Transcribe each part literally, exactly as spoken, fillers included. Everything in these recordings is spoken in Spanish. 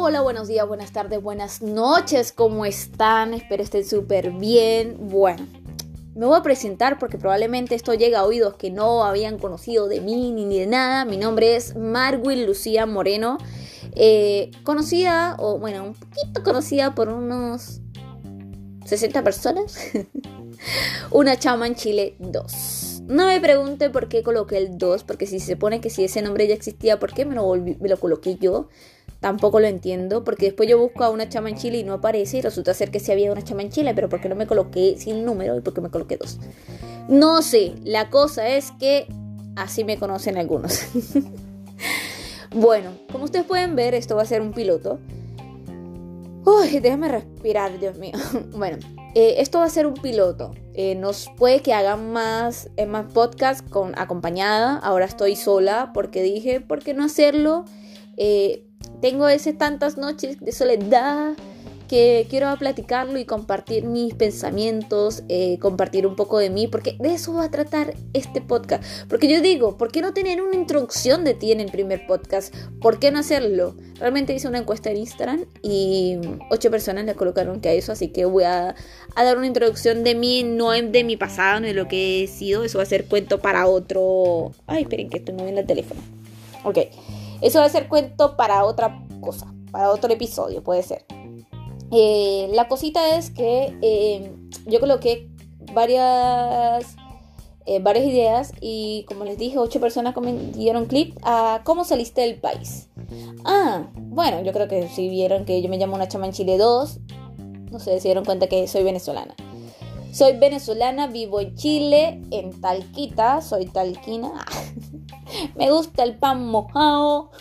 Hola, buenos días, buenas tardes, buenas noches, ¿cómo están? Espero estén súper bien. Bueno, me voy a presentar porque probablemente esto llegue a oídos que no habían conocido de mí ni de nada. Mi nombre es Marwil Lucía Moreno, eh, conocida, o bueno, un poquito conocida por unos sesenta personas. Una chama en Chile dos. No me pregunte por qué coloqué el dos, porque si se supone que si ese nombre ya existía, ¿por qué me lo, volví, me lo coloqué yo? Tampoco lo entiendo, porque después yo busco a una chama en Chile y no aparece, y resulta ser que sí había una chama en Chile, pero ¿por qué no me coloqué sin número y por qué me coloqué dos? No sé, la cosa es que así me conocen algunos. Bueno, como ustedes pueden ver, esto va a ser un piloto. Uy, déjame respirar, Dios mío. Bueno, eh, esto va a ser un piloto. Eh, nos puede que hagan más, eh, más podcast con, acompañada. Ahora estoy sola porque dije, ¿por qué no hacerlo? Eh, tengo ese tantas noches de soledad que quiero platicarlo y compartir mis pensamientos, eh, compartir un poco de mí, porque de eso va a tratar este podcast. Porque yo digo, ¿por qué no tener una introducción de ti en el primer podcast? ¿Por qué no hacerlo? Realmente hice una encuesta en Instagram y ocho personas le colocaron que a eso, así que voy a, a dar una introducción de mí, no de mi pasado, no de lo que he sido. Eso va a ser cuento para otro... Ay, esperen que estoy moviendo el teléfono. Ok, eso va a ser cuento para otra cosa, para otro episodio, puede ser. Eh, la cosita es que eh, yo coloqué varias, eh, varias ideas y como les dije, ocho personas dieron clip a cómo saliste del país. Ah, bueno, yo creo que si vieron que yo me llamo una chama en Chile dos, no sé, se dieron cuenta que soy venezolana. Soy venezolana, vivo en Chile, en Talquita, soy talquina. Me gusta el pan mojado,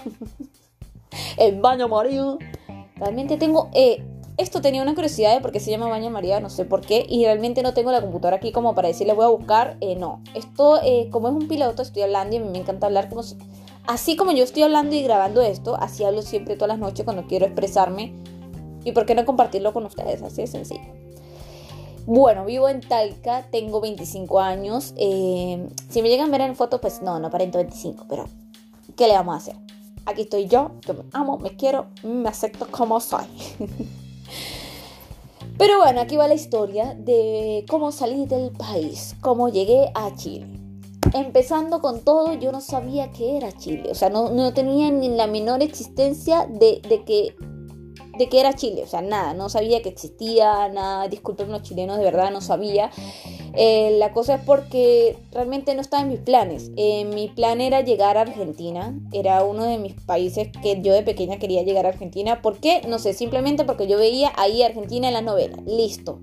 el baño María. Realmente tengo... Eh, Esto tenía una curiosidad de por qué se llama Baño María, no sé por qué, y realmente no tengo la computadora aquí como para decirle voy a buscar, eh, no. Esto, eh, como es un piloto, estoy hablando y a mí me encanta hablar como... Así como yo estoy hablando y grabando esto, así hablo siempre todas las noches cuando quiero expresarme. ¿Y por qué no compartirlo con ustedes? Así de sencillo. Bueno, vivo en Talca, tengo veinticinco años. Eh, si me llegan a ver en fotos, pues no, no aparento veinticinco, pero ¿qué le vamos a hacer? Aquí estoy yo, yo me amo, me quiero, me acepto como soy. Pero bueno, aquí va la historia de cómo salí del país, cómo llegué a Chile. Empezando con todo, yo no sabía qué era Chile. O sea, no, no tenía ni la menor existencia de, de, que, de que era Chile. O sea, nada, no sabía que existía, nada. Disculpen los chilenos, de verdad no sabía. Eh, la cosa es porque realmente no estaba en mis planes. Eh, mi plan era llegar a Argentina. Era uno de mis países que yo de pequeña quería llegar a Argentina. ¿Por qué? No sé, simplemente porque yo veía ahí a Argentina en las novelas. Listo.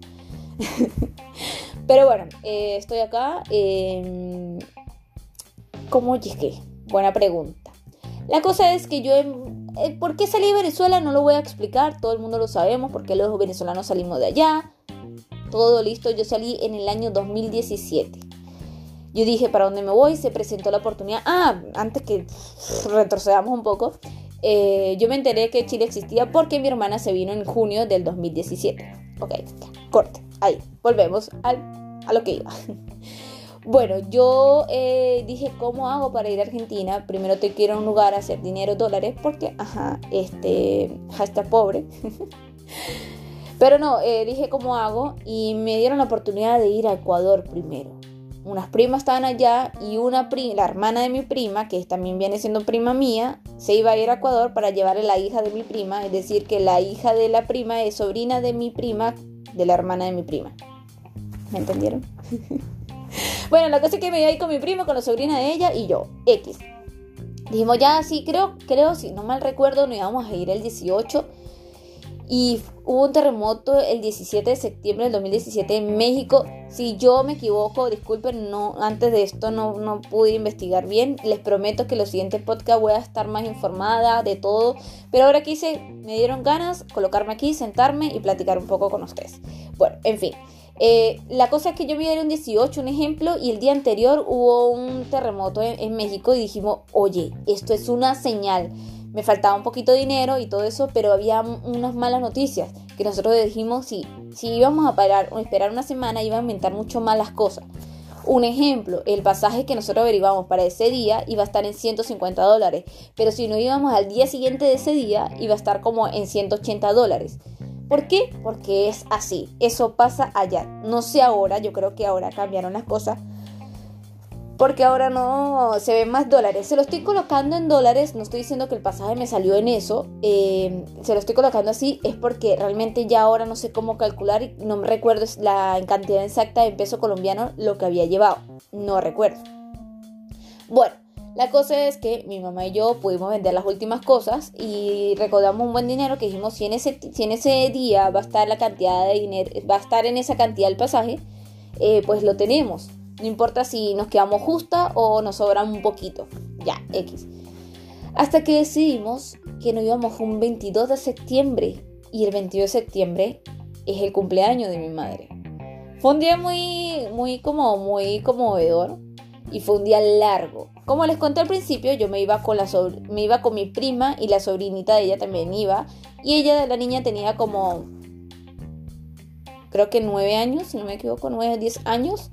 Pero bueno, eh, estoy acá. Eh, ¿Cómo llegué? Buena pregunta. La cosa es que yo... Eh, ¿Por qué salí de Venezuela? No lo voy a explicar. Todo el mundo lo sabemos. Porque los venezolanos salimos de allá. Todo listo, yo salí en el año dos mil diecisiete. Yo dije, ¿para dónde me voy? Se presentó la oportunidad. Ah, antes que retrocedamos un poco, eh, yo me enteré que Chile existía porque mi hermana se vino en junio del dos mil diecisiete. Ok, corte, ahí, volvemos al, a lo que iba. Bueno, yo eh, dije, ¿cómo hago para ir a Argentina? Primero te quiero ir a un lugar a hacer dinero, dólares, porque, ajá, este, hashtag pobre. Pero no, eh, dije cómo hago y me dieron la oportunidad de ir a Ecuador primero. Unas primas estaban allá y una pri- la hermana de mi prima, que también viene siendo prima mía, se iba a ir a Ecuador para llevarle la hija de mi prima. Es decir, que la hija de la prima es sobrina de mi prima, de la hermana de mi prima. ¿Me entendieron? Bueno, la cosa es que me iba a ir con mi prima, con la sobrina de ella y yo, X. Dijimos ya, sí, creo, creo, si no mal recuerdo, nos íbamos a ir el dieciocho. Y hubo un terremoto el diecisiete de septiembre del dos mil diecisiete en México. Si yo me equivoco, disculpen, no, antes de esto no, no pude investigar bien. Les prometo que en los siguientes podcasts voy a estar más informada de todo. Pero ahora quise, me dieron ganas colocarme aquí, sentarme y platicar un poco con ustedes. Bueno, en fin. Eh, la cosa es que yo vi un dieciocho, un ejemplo, y el día anterior hubo un terremoto en, en México y dijimos, oye, esto es una señal. Me faltaba un poquito de dinero y todo eso, pero había unas malas noticias que nosotros dijimos, si, si íbamos a parar o esperar una semana, iban a inventar mucho más las cosas. Un ejemplo, el pasaje que nosotros averiguamos para ese día iba a estar en ciento cincuenta dólares, pero si no íbamos al día siguiente de ese día, iba a estar como en ciento ochenta dólares. ¿Por qué? Porque es así, eso pasa allá. No sé ahora, yo creo que ahora cambiaron las cosas, porque ahora no se ven más dólares. Se lo estoy colocando en dólares, no estoy diciendo que el pasaje me salió en eso, eh, se lo estoy colocando así, es porque realmente ya ahora no sé cómo calcular y no me recuerdo la cantidad exacta en peso colombiano lo que había llevado, no recuerdo. Bueno, la cosa es que mi mamá y yo pudimos vender las últimas cosas y recaudamos un buen dinero que dijimos, si en ese, si en ese día va a estar la cantidad de dinero, va a estar en esa cantidad el pasaje, eh, pues lo tenemos. No importa si nos quedamos justa o nos sobran un poquito. Ya, X. Hasta que decidimos que nos íbamos un veintidós de septiembre. Y el veintidós de septiembre es el cumpleaños de mi madre. Fue un día muy, muy como, muy conmovedor. Y fue un día largo. Como les conté al principio, yo me iba con la sobr- me iba con mi prima y la sobrinita de ella también iba. Y ella, la niña, tenía como, creo que nueve años, si no me equivoco, nueve, diez años.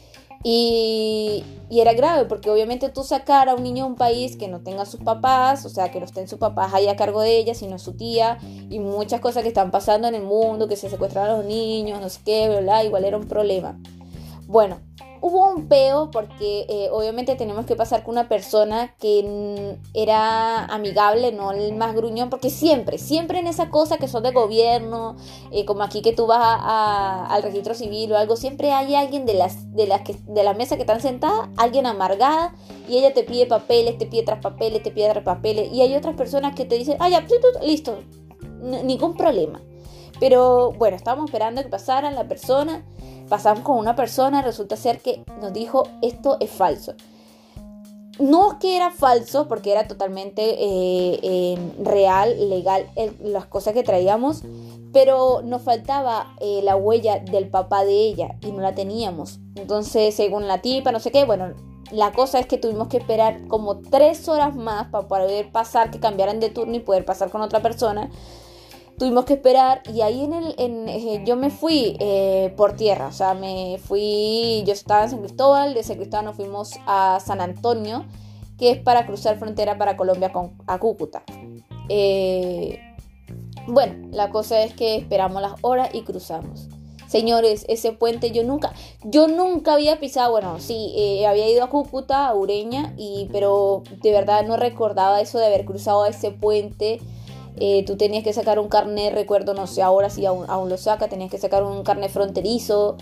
Y, y era grave porque obviamente tú sacar a un niño de un país que no tenga sus papás, o sea, que no estén sus papás ahí a cargo de ella, sino su tía, y muchas cosas que están pasando en el mundo, que se secuestran a los niños, no sé qué, bla, bla, igual era un problema. Bueno, hubo un peo porque eh, obviamente tenemos que pasar con una persona que n- era amigable, no el más gruñón, porque siempre, siempre en esa cosa que son de gobierno, eh, como aquí que tú vas a, a, al registro civil o algo, siempre hay alguien de las de las que de la mesa que están sentadas, alguien amargada, y ella te pide papeles, te pide tras papeles, te pide tras papeles, y hay otras personas que te dicen, ah, ya, listo, n- ningún problema. Pero bueno, estábamos esperando que pasara la persona. Pasamos con una persona, resulta ser que nos dijo, esto es falso. No es que era falso, porque era totalmente eh, eh, real, legal, el, las cosas que traíamos, pero nos faltaba eh, la huella del papá de ella y no la teníamos. Entonces, según la tipa, no sé qué, bueno, la cosa es que tuvimos que esperar como tres horas más para poder pasar, que cambiaran de turno y poder pasar con otra persona. Tuvimos que esperar y ahí en el en, eh, yo me fui eh, por tierra, o sea, me fui, yo estaba en San Cristóbal, de San Cristóbal nos fuimos a San Antonio, que es para cruzar frontera para Colombia con a Cúcuta. Eh, bueno, la cosa es que esperamos las horas y cruzamos. Señores, ese puente yo nunca, yo nunca había pisado, bueno, sí, eh, había ido a Cúcuta, a Ureña, y, pero de verdad no recordaba eso de haber cruzado ese puente. Eh, tú tenías que sacar un carnet, recuerdo, no sé ahora si aún, aún lo saca, tenías que sacar un carnet fronterizo.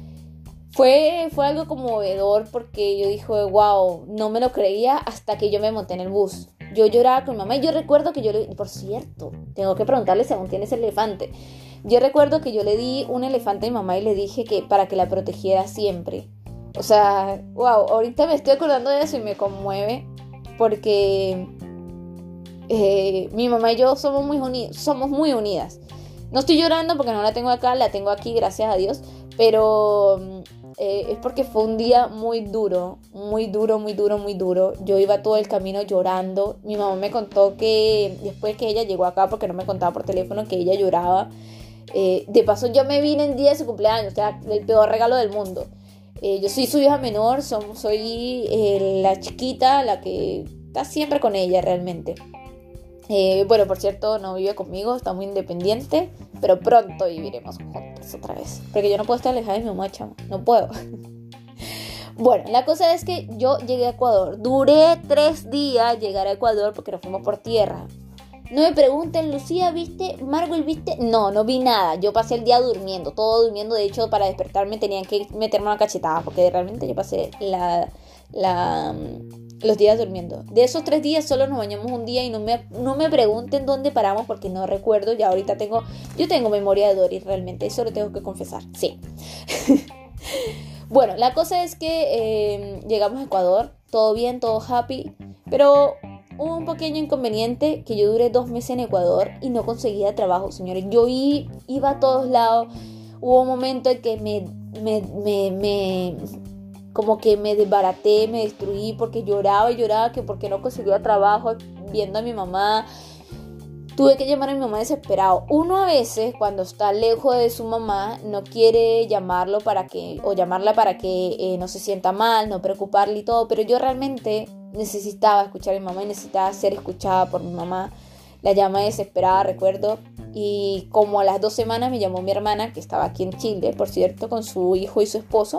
Fue, fue algo conmovedor porque yo dije, wow, no me lo creía hasta que yo me monté en el bus. Yo lloraba con mi mamá y yo recuerdo que yo le... Por cierto, tengo que preguntarle si aún tiene ese elefante. Yo recuerdo que yo le di un elefante a mi mamá y le dije que para que la protegiera siempre. O sea, wow, ahorita me estoy acordando de eso y me conmueve porque... Eh, mi mamá y yo somos muy, uni- somos muy unidas. No estoy llorando porque no la tengo acá, la tengo aquí, gracias a Dios. Pero eh, es porque fue un día muy duro, muy duro, muy duro, muy duro. Yo iba todo el camino llorando. Mi mamá me contó que después que ella llegó acá, porque no me contaba por teléfono, que ella lloraba. Eh, de paso yo me vine el día de su cumpleaños, o sea, el peor regalo del mundo. Eh, yo soy su hija menor, son, soy eh, la chiquita, la que está siempre con ella realmente. Eh, bueno, por cierto, no vive conmigo, está muy independiente, pero pronto viviremos juntos otra vez. Porque yo no puedo estar alejada de mi mamá, chamo, no puedo. Bueno, la cosa es que yo llegué a Ecuador. Duré tres días llegar a Ecuador porque nos fuimos por tierra. No me pregunten, Lucía, ¿viste? Margot, ¿viste? No, no vi nada. Yo pasé el día durmiendo, todo durmiendo. De hecho, para despertarme tenían que meterme una cachetada porque realmente yo pasé la... la los días durmiendo. De esos tres días solo nos bañamos un día y no me, no me pregunten dónde paramos porque no recuerdo. Ya ahorita tengo, yo tengo memoria de Dory realmente, eso lo tengo que confesar, sí. Bueno, la cosa es que eh, llegamos a Ecuador, todo bien, todo happy, pero hubo un pequeño inconveniente que yo duré dos meses en Ecuador y no conseguía trabajo, señores. Yo iba a todos lados, hubo un momento en que me, me, me, me como que me desbaraté, me destruí porque lloraba y lloraba que porque no conseguía trabajo, viendo a mi mamá Tuve que llamar a mi mamá desesperado. Uno a veces, cuando está lejos de su mamá, no quiere llamarlo para que, o llamarla para que eh, no se sienta mal, no preocuparle y todo. Pero yo realmente necesitaba escuchar a mi mamá y necesitaba ser escuchada por mi mamá. La llamé desesperada, recuerdo. Y como a las dos semanas me llamó mi hermana, que estaba aquí en Chile, por cierto, con su hijo y su esposo.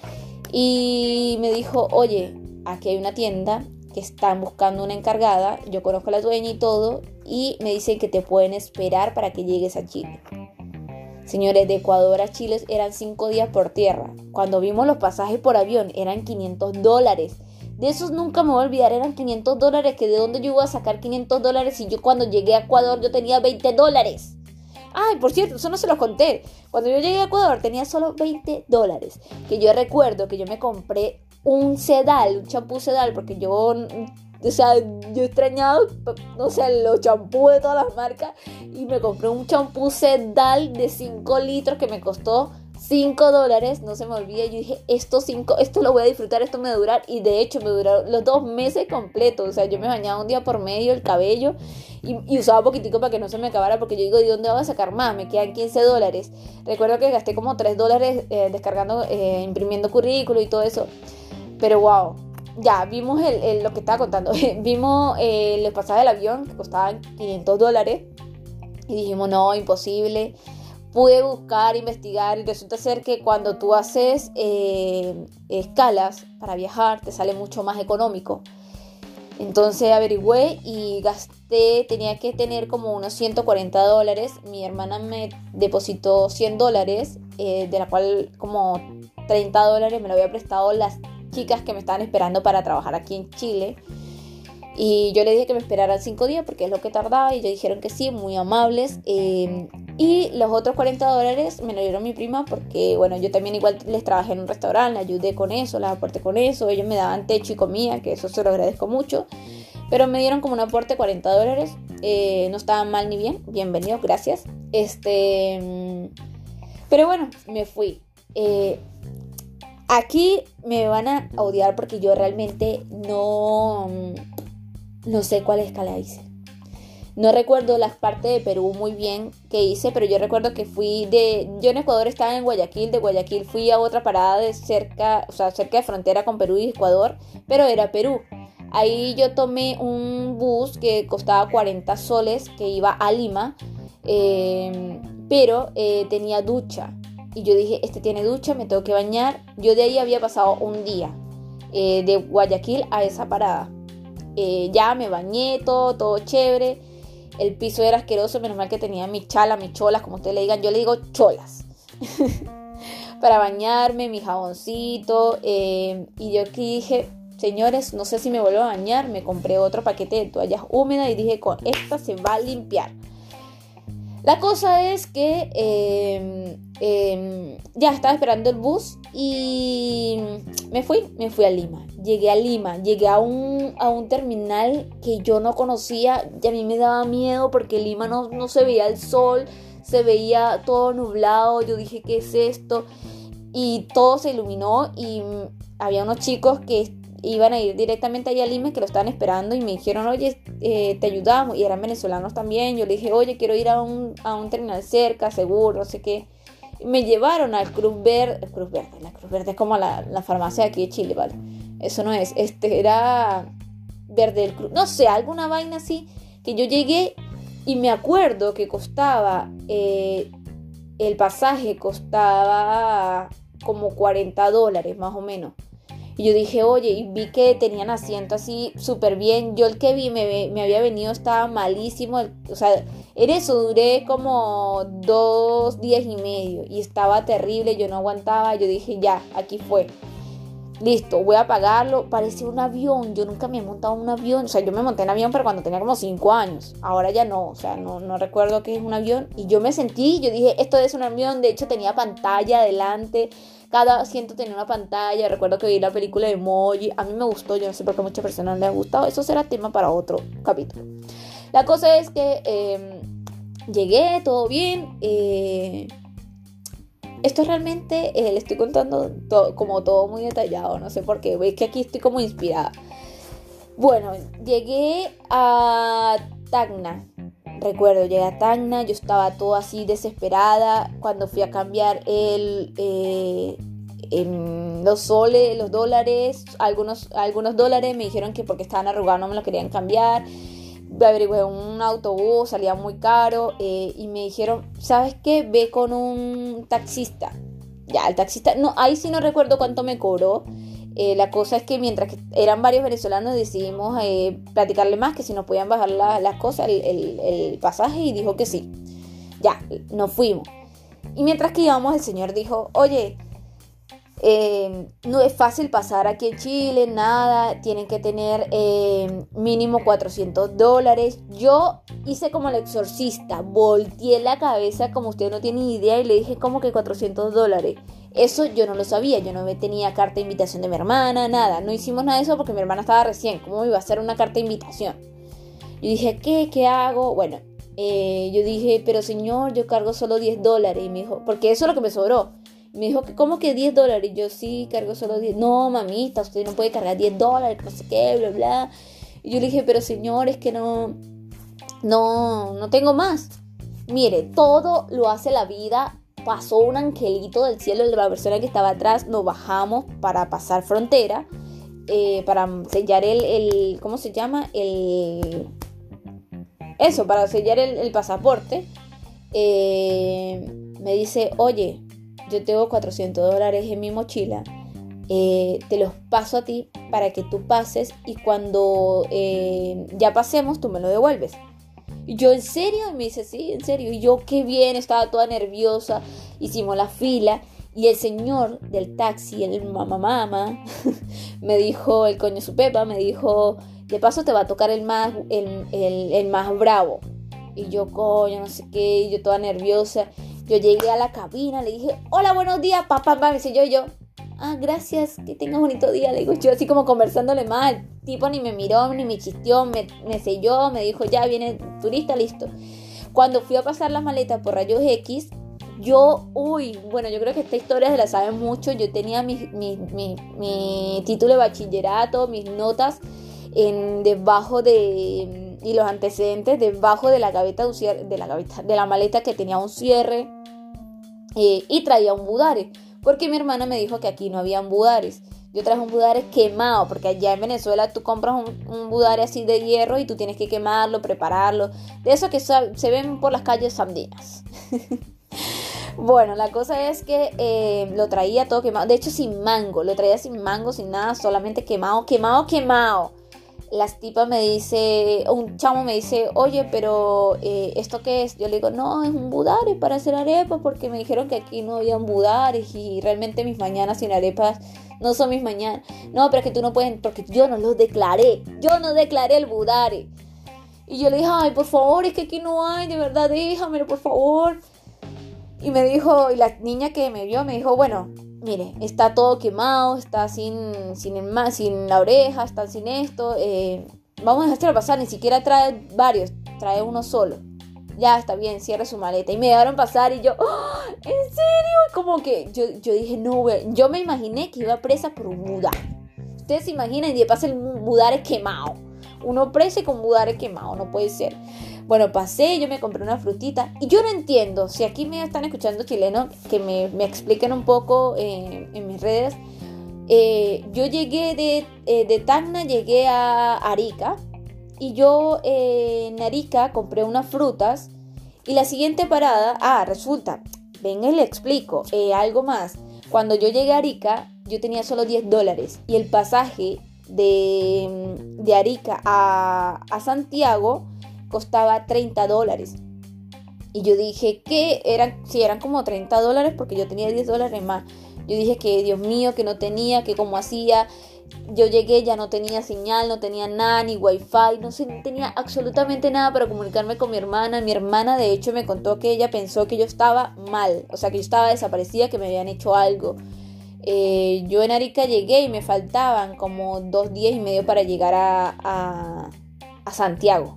Y me dijo, oye, aquí hay una tienda que están buscando una encargada, yo conozco a la dueña y todo, y me dicen que te pueden esperar para que llegues a Chile. Señores, de Ecuador a Chile eran cinco días por tierra. Cuando vimos los pasajes por avión eran quinientos dólares. De esos nunca me voy a olvidar, eran quinientos dólares, que de dónde yo iba a sacar quinientos dólares si yo cuando llegué a Ecuador yo tenía veinte dólares. Ay, por cierto, eso no se los conté. Cuando yo llegué a Ecuador tenía solo veinte dólares. Que yo recuerdo que yo me compré un sedal, un champú sedal, porque yo, o sea, yo extrañaba, no sé, los champús de todas las marcas, y me compré un champú sedal de cinco litros que me costó cinco dólares, no se me olvida. Yo dije, esto, cinco, esto lo voy a disfrutar, esto me va a durar, y de hecho me duraron los dos meses completos. O sea, yo me bañaba un día por medio el cabello y, y usaba poquitico para que no se me acabara, porque yo digo, ¿de dónde voy a sacar más? Me quedan quince dólares. Recuerdo que gasté como tres dólares eh, descargando, eh, imprimiendo currículo y todo eso. Pero wow, ya vimos el, el, lo que estaba contando. Vimos eh, los pasajes del avión que costaban quinientos dólares. Y dijimos, no, imposible. Pude buscar, investigar, y resulta ser que cuando tú haces eh, escalas para viajar, te sale mucho más económico. Entonces averigüé y gasté, tenía que tener como unos ciento cuarenta dólares. Mi hermana me depositó cien dólares, eh, de la cual como treinta dólares me lo había prestado las chicas que me estaban esperando para trabajar aquí en Chile. Y yo le dije que me esperaran cinco días porque es lo que tardaba, y ellos dijeron que sí, muy amables. Eh, y los otros cuarenta dólares me lo dieron mi prima porque, bueno, yo también igual les trabajé en un restaurante, les ayudé con eso, les aporté con eso. Ellos me daban techo y comida, que eso se lo agradezco mucho. Pero me dieron como un aporte de cuarenta dólares. Eh, no estaban mal ni bien. Bienvenidos, gracias. Este, pero bueno, me fui. Eh, Aquí me van a odiar porque yo realmente no, no sé cuál escala hice. No recuerdo las partes de Perú muy bien que hice, pero yo recuerdo que fui de... Yo en Ecuador estaba en Guayaquil, de Guayaquil fui a otra parada de cerca, o sea, cerca de frontera con Perú y Ecuador, pero era Perú. Ahí yo tomé un bus que costaba cuarenta soles, que iba a Lima, eh, pero eh, tenía ducha. Y yo dije, este tiene ducha, me tengo que bañar. Yo de ahí había pasado un día, eh, de Guayaquil a esa parada. Eh, ya me bañé, todo, todo chévere. El piso era asqueroso, menos mal que tenía mi chala, mis cholas, como ustedes le digan. Yo le digo cholas. Para bañarme, mi jaboncito. Eh, y yo aquí dije, señores, no sé si me vuelvo a bañar. Me compré otro paquete de toallas húmedas y dije, con esta se va a limpiar. La cosa es que eh, eh, ya estaba esperando el bus y me fui, me fui a Lima. Llegué a Lima, llegué a un, a un terminal que yo no conocía y a mí me daba miedo porque en Lima no, no se veía el sol, se veía todo nublado. Yo dije, ¿qué es esto? Y todo se iluminó y había unos chicos que iban a ir directamente allá a Lima, que lo estaban esperando, y me dijeron, oye, eh, te ayudamos, y eran venezolanos también. Yo le dije, oye, quiero ir a un, a un terminal cerca, seguro, no sé qué. Y me llevaron al Cruz Verde, Cruz Verde, la Cruz Verde es como la, la farmacia de aquí de Chile, ¿vale? Eso no es, este era Verde del Cruz, no sé, alguna vaina así, que yo llegué y me acuerdo que costaba, eh, el pasaje costaba como cuarenta dólares más o menos. Y yo dije, oye, y vi que tenían asiento así súper bien. Yo el que vi me, me había venido, estaba malísimo. O sea, en eso duré como dos días y medio. Y estaba terrible, yo no aguantaba. Yo dije, ya, aquí fue. Listo, voy a pagarlo. Parecía un avión. Yo nunca me he montado en un avión. O sea, yo me monté en avión, pero cuando tenía como cinco años. Ahora ya no. O sea, no, no recuerdo qué es un avión. Y yo me sentí, yo dije, esto es un avión. De hecho, tenía pantalla adelante. Cada asiento tenía una pantalla. Recuerdo que vi la película de Emoji. A mí me gustó. Yo no sé por qué a muchas personas les ha gustado. Eso será tema para otro capítulo. La cosa es que eh, llegué, todo bien. Eh, esto realmente eh, le estoy contando to- como todo muy detallado. No sé por qué. Veis que aquí estoy como inspirada. Bueno, llegué a Tacna. recuerdo, llegué a Tacna, yo estaba todo así desesperada. Cuando fui a cambiar el, eh, en los soles, los dólares, algunos, algunos dólares, me dijeron que porque estaban arrugados no me lo querían cambiar. Averigüé un autobús, salía muy caro, eh, y me dijeron, ¿sabes qué? Ve con un taxista. Ya, el taxista, no, ahí sí no recuerdo cuánto me cobró. Eh, la cosa es que mientras que eran varios venezolanos decidimos eh, platicarle más, que si nos podían bajar la, las cosas, el, el, el pasaje, y dijo que sí. Ya, nos fuimos. Y mientras que íbamos, el señor dijo, oye, eh, no es fácil pasar aquí en Chile, nada, tienen que tener eh, mínimo cuatrocientos dólares. Yo hice como el exorcista, volteé la cabeza como usted no tiene ni idea y le dije, ¿cómo que cuatrocientos dólares? Eso yo no lo sabía, yo no tenía carta de invitación de mi hermana, nada, no hicimos nada de eso porque mi hermana estaba recién, ¿cómo me iba a hacer una carta de invitación? Yo dije, ¿qué? ¿Qué hago? Bueno, eh, yo dije, pero señor, yo cargo solo diez dólares, y me dijo, porque eso es lo que me sobró. Me dijo, ¿cómo que diez dólares? Y yo, sí, cargo solo diez. No, mamita, usted no puede cargar diez dólares, no sé qué, bla, bla. Y yo le dije, pero señor, es que no, no, no tengo más. Mire, todo lo hace la vida. Pasó un angelito del cielo, de la persona que estaba atrás, nos bajamos para pasar frontera, eh, para sellar el, el, ¿cómo se llama? El, eso, para sellar el, el pasaporte. Eh, me dice, oye, yo tengo cuatrocientos dólares en mi mochila, eh, te los paso a ti para que tú pases y cuando eh, ya pasemos tú me lo devuelves. Y yo, ¿en serio? Y me dice, sí, en serio. Y yo, qué bien, estaba toda nerviosa. Hicimos la fila y el señor del taxi, el mamá mama, me dijo, el coño su pepa, me dijo, de paso te va a tocar el más, el, el, el más bravo. Y yo, coño, no sé qué, y yo toda nerviosa. Yo llegué a la cabina, le dije, hola, buenos días, papá, papá, me dice yo, y yo, ah, gracias, que tengas bonito día, le digo yo, así como conversándole más. El tipo ni me miró, ni me chisteó, me, me selló, me dijo, ya viene turista, listo. Cuando fui a pasar las maletas por rayos X, yo, uy, bueno, yo creo que esta historia se la saben mucho. Yo tenía mi, mi, mi, mi título de bachillerato, mis notas en, debajo de, y los antecedentes debajo de la gaveta, de la, gaveta, de la maleta que tenía un cierre, eh, y traía un budare. Porque mi hermana me dijo que aquí no había budares. Yo traje un budare quemado, porque allá en Venezuela tú compras un, un budare así de hierro y tú tienes que quemarlo, prepararlo. De esos que se, se ven por las calles andinas. Bueno, la cosa es que eh, lo traía todo quemado. De hecho, sin mango. Lo traía sin mango, sin nada, solamente quemado, quemado, quemado. Las tipas me dice, un chamo me dice, oye, pero eh, ¿esto qué es? Yo le digo, no, es un budare para hacer arepas, porque me dijeron que aquí no había budares y realmente mis mañanas sin arepas no son mis mañanas. No, pero es que tú no puedes, porque yo no lo declaré, yo no declaré el budare. Y yo le dije, ay, por favor, es que aquí no hay, de verdad, déjamelo, por favor. Y me dijo, y la niña que me vio me dijo, bueno, mire, está todo quemado, está sin, sin, el, sin la oreja, está sin esto, eh, vamos a dejárselo pasar, ni siquiera trae varios, trae uno solo. Ya, está bien, cierre su maleta. Y me dejaron pasar y yo, ¡oh! ¿En serio? Como que yo, yo dije, no, güey. Yo me imaginé que iba presa por un budare. Ustedes se imaginan, y de paso el budare quemado. Uno presa con budare quemado, no puede ser. Bueno, pasé, yo me compré una frutita. Y yo no entiendo, si aquí me están escuchando chilenos, que me, me expliquen un poco eh, en mis redes. Eh, yo llegué de, eh, de Tacna, llegué a Arica. Y yo eh, en Arica compré unas frutas. Y la siguiente parada, ah, resulta, venga y le explico, eh, algo más. Cuando yo llegué a Arica, yo tenía solo diez dólares. Y el pasaje de, de Arica a, a Santiago costaba treinta dólares. Y yo dije que eran, sí, eran como treinta dólares porque yo tenía diez dólares más. Yo dije que Dios mío, que no tenía, que cómo hacía. Yo llegué, ya no tenía señal, no tenía nada, ni wifi, no sé, no tenía absolutamente nada para comunicarme con mi hermana. Mi hermana de hecho me contó que ella pensó que yo estaba mal, o sea, que yo estaba desaparecida, que me habían hecho algo. Eh, yo en Arica llegué y me faltaban como dos días y medio para llegar a, a, a Santiago.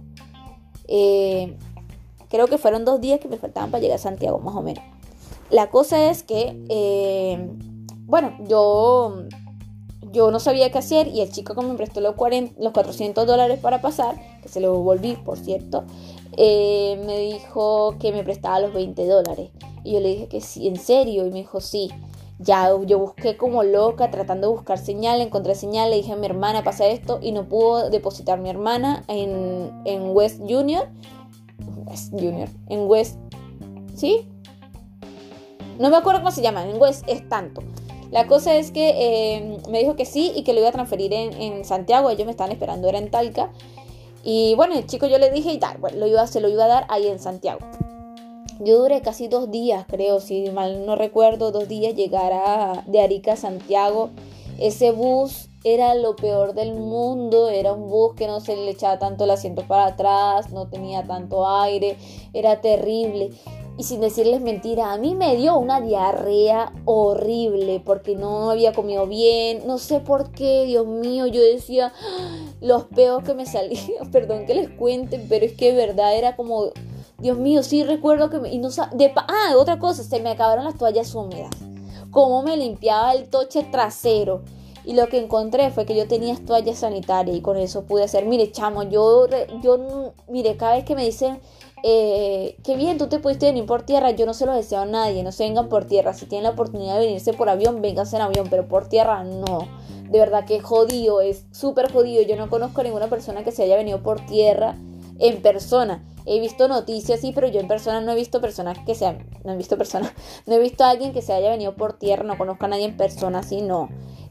Eh, creo que fueron dos días que me faltaban para llegar a Santiago, más o menos. La cosa es que, eh, bueno, yo... Yo no sabía qué hacer y el chico que me prestó los, cuarenta, los cuatrocientos dólares para pasar, que se los volví, por cierto, eh, me dijo que me prestaba los veinte dólares. Y yo le dije que sí, ¿en serio? Y me dijo sí. Ya, yo busqué como loca tratando de buscar señal, encontré señal, le dije a mi hermana pasa esto y no pudo depositar mi hermana en, en West Junior. West Junior, en West, ¿sí? No me acuerdo cómo se llama, en West es tanto. La cosa es que eh, me dijo que sí y que lo iba a transferir en, en Santiago, ellos me estaban esperando, era en Talca. Y bueno, el chico yo le dije y tal, bueno, lo iba, se lo iba a dar ahí en Santiago. Yo duré casi dos días, creo, si mal no recuerdo, dos días llegar a, de Arica a Santiago. Ese bus era lo peor del mundo, era un bus que no se le echaba tanto el asiento para atrás, no tenía tanto aire, era terrible. Y sin decirles mentira, a mí me dio una diarrea horrible porque no había comido bien, no sé por qué, Dios mío, yo decía, los peos que me salían, perdón que les cuente, pero es que de verdad era como... Dios mío, sí recuerdo que me... Y no, de, ah, otra cosa, se me acabaron las toallas húmedas. Cómo me limpiaba el toche trasero. Y lo que encontré fue que yo tenía toallas sanitarias y con eso pude hacer... Mire, chamo, yo... yo mire, cada vez que me dicen... Eh, qué bien, tú te pudiste venir por tierra. Yo no se lo deseo a nadie, no se vengan por tierra. Si tienen la oportunidad de venirse por avión, vénganse en avión. Pero por tierra, no. De verdad que jodido, es súper jodido. Yo no conozco a ninguna persona que se haya venido por tierra en persona. He visto noticias, sí, pero yo en persona no he visto personas que sean, no he visto personas, no he visto a alguien que se haya venido por tierra, no conozco a nadie en persona, así no.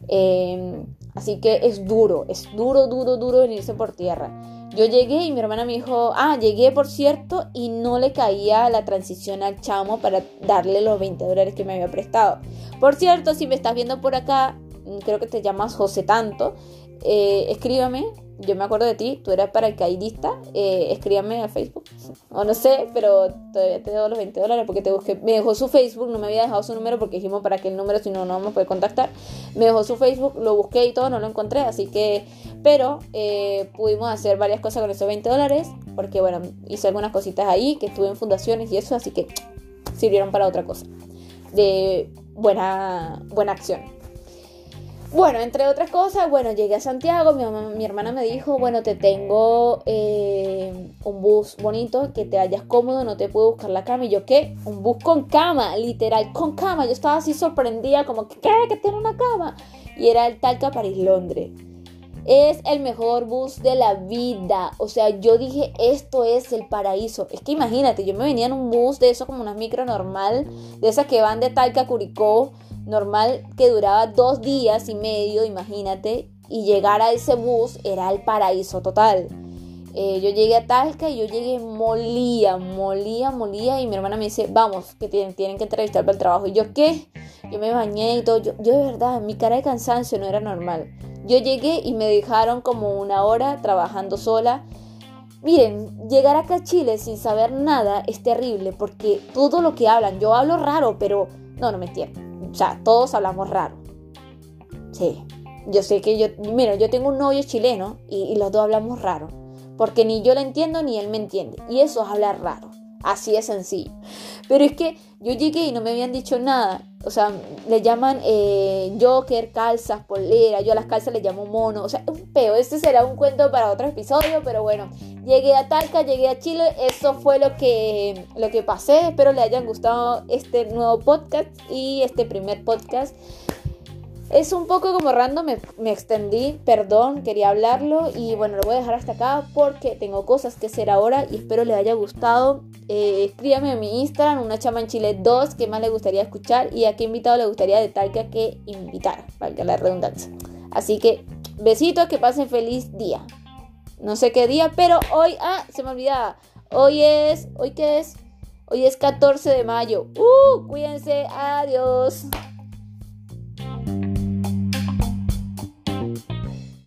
Eh, así que es duro, es duro, duro, duro venirse por tierra. Yo llegué y mi hermana me dijo, ah, llegué por cierto, y no le caía la transición al chamo para darle los veinte dólares que me había prestado. Por cierto, si me estás viendo por acá, creo que te llamas José Tanto, eh, escríbame. Yo me acuerdo de ti, tú eras paracaidista, eh, escríbame a Facebook, o no sé, pero todavía te doy los veinte dólares porque te busqué, me dejó su Facebook, no me había dejado su número porque dijimos para qué el número si no, no me puede contactar, me dejó su Facebook, lo busqué y todo, no lo encontré, así que, pero eh, pudimos hacer varias cosas con esos veinte dólares, porque bueno, hice algunas cositas ahí, que estuve en fundaciones y eso, así que sirvieron para otra cosa, de buena, buena acción. Bueno, entre otras cosas, bueno, llegué a Santiago, mi, mamá, mi hermana me dijo, bueno, te tengo eh, un bus bonito, que te vayas cómodo, no te puedo buscar la cama. Y yo, ¿qué? Un bus con cama, literal, con cama. Yo estaba así sorprendida, como, ¿qué? ¿Que tiene una cama? Y era el Talca París-Londres. Es el mejor bus de la vida. O sea, yo dije, esto es el paraíso. Es que imagínate, yo me venía en un bus de eso como una micro normal, de esas que van de Talca a Curicó, normal, que duraba dos días y medio, imagínate, y llegar a ese bus era el paraíso total. Eh, yo llegué a Talca y yo llegué molía, molía, molía, y mi hermana me dice, vamos, que tienen, tienen que entrevistar para el trabajo. Y yo, ¿qué? Yo me bañé y todo, yo, yo de verdad, mi cara de cansancio no era normal. Yo llegué y me dejaron como una hora trabajando sola. Miren, llegar acá a Chile sin saber nada es terrible, porque todo lo que hablan, yo hablo raro, pero no, no me entiendo. O sea, todos hablamos raro. Sí, yo sé que yo... Mira, yo tengo un novio chileno y, y los dos hablamos raro. Porque ni yo le entiendo ni él me entiende. Y eso es hablar raro. Así de sencillo. Pero es que yo llegué y no me habían dicho nada. O sea, le llaman eh, joker, calzas, polera. Yo a las calzas le llamo mono. O sea, un peo. Este será un cuento para otro episodio. Pero bueno, llegué a Talca, llegué a Chile. Eso fue lo que, lo que pasé. Espero le hayan gustado este nuevo podcast y este primer podcast. Es un poco como random, me, me extendí, perdón, quería hablarlo y bueno, lo voy a dejar hasta acá porque tengo cosas que hacer ahora y espero les haya gustado. Eh, escríbame en mi Instagram, una chama en Chile dos, qué más le gustaría escuchar y a qué invitado le gustaría de Talca que invitar, valga la redundancia. Así que besitos, que pasen feliz día. No sé qué día, pero hoy, ah, se me olvidaba, hoy es, ¿hoy qué es? Hoy es catorce de mayo. Uh, cuídense, adiós.